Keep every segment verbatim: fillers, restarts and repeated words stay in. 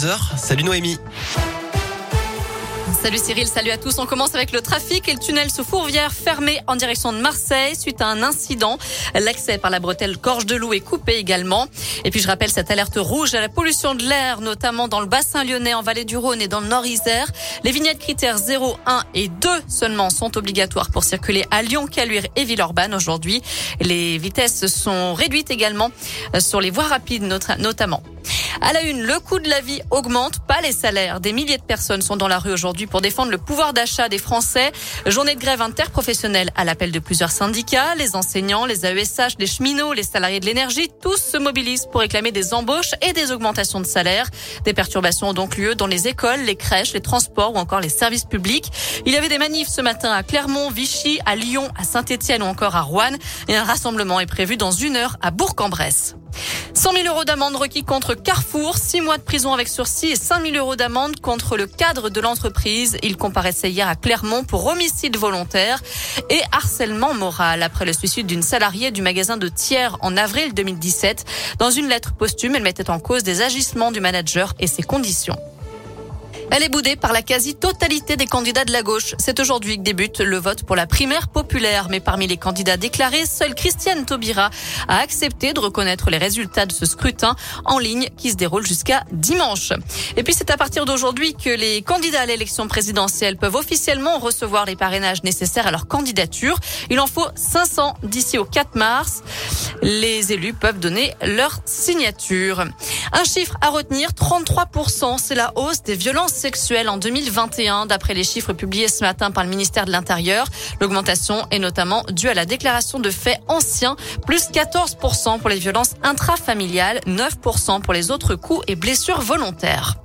deux heures. Salut Noémie. Salut Cyril, salut à tous. On commence avec le trafic et le tunnel sous Fourvière fermé en direction de Marseille suite à un incident. L'accès par la bretelle Gorge de Loup est coupé également. Et puis je rappelle cette alerte rouge à la pollution de l'air, notamment dans le bassin lyonnais, en vallée du Rhône et dans le Nord-Isère. Les vignettes critères zéro, un et deux seulement sont obligatoires pour circuler à Lyon, Caluire et Villeurbanne aujourd'hui. Les vitesses sont réduites également sur les voies rapides notamment. À la une, le coût de la vie augmente, pas les salaires. Des milliers de personnes sont dans la rue aujourd'hui pour défendre le pouvoir d'achat des Français. Journée de grève interprofessionnelle à l'appel de plusieurs syndicats. Les enseignants, les A E S H, les cheminots, les salariés de l'énergie, tous se mobilisent pour réclamer des embauches et des augmentations de salaire. Des perturbations ont donc lieu dans les écoles, les crèches, les transports ou encore les services publics. Il y avait des manifs ce matin à Clermont, Vichy, à Lyon, à Saint-Étienne ou encore à Roanne. Et un rassemblement est prévu dans une heure à Bourg-en-Bresse. cent mille euros d'amende requis contre Carrefour, six mois de prison avec sursis et cinq mille euros d'amende contre le cadre de l'entreprise. Il comparaissait hier à Clermont pour homicide volontaire et harcèlement moral après le suicide d'une salariée du magasin de Thiers en avril deux mille dix-sept. Dans une lettre posthume, elle mettait en cause des agissements du manager et ses conditions. Elle est boudée par la quasi-totalité des candidats de la gauche. C'est aujourd'hui que débute le vote pour la primaire populaire. Mais parmi les candidats déclarés, seule Christiane Taubira a accepté de reconnaître les résultats de ce scrutin en ligne qui se déroule jusqu'à dimanche. Et puis c'est à partir d'aujourd'hui que les candidats à l'élection présidentielle peuvent officiellement recevoir les parrainages nécessaires à leur candidature. Il en faut cinq cents d'ici au quatre mars. Les élus peuvent donner leur signature. Un chiffre à retenir, trente-trois pour cent, c'est la hausse des violences sexuelles en deux mille vingt et un, d'après les chiffres publiés ce matin par le ministère de l'Intérieur. L'augmentation est notamment due à la déclaration de faits anciens, plus quatorze pour cent pour les violences intrafamiliales, neuf pour cent pour les autres coups et blessures volontaires.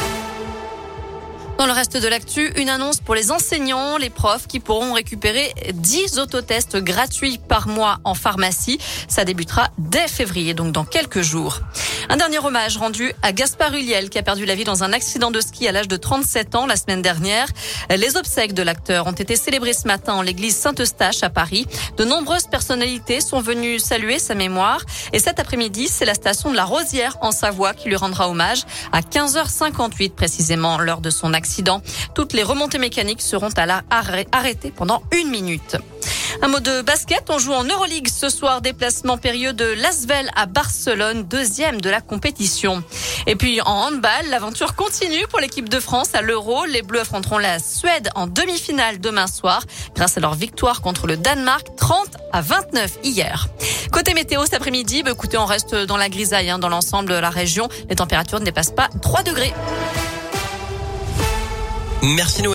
Dans le reste de l'actu, une annonce pour les enseignants, les profs qui pourront récupérer dix autotests gratuits par mois en pharmacie. Ça débutera dès février, donc dans quelques jours. Un dernier hommage rendu à Gaspard Ulliel qui a perdu la vie dans un accident de ski à l'âge de trente-sept ans la semaine dernière. Les obsèques de l'acteur ont été célébrées ce matin en l'église Saint-Eustache à Paris. De nombreuses personnalités sont venues saluer sa mémoire. Et cet après-midi, c'est la station de la Rosière en Savoie qui lui rendra hommage à quinze heures cinquante-huit précisément lors de son accident. Toutes les remontées mécaniques seront à la arrêtées pendant une minute. Un mot de basket, on joue en Euroleague ce soir, déplacement périlleux de l'Asvel à Barcelone, deuxième de la compétition. Et puis en handball, l'aventure continue pour l'équipe de France à l'Euro. Les Bleus affronteront la Suède en demi-finale demain soir grâce à leur victoire contre le Danemark trente à vingt-neuf hier. Côté météo cet après-midi, bah, écoutez, on reste dans la grisaille hein, dans l'ensemble de la région. Les températures ne dépassent pas trois degrés. Merci Noémie.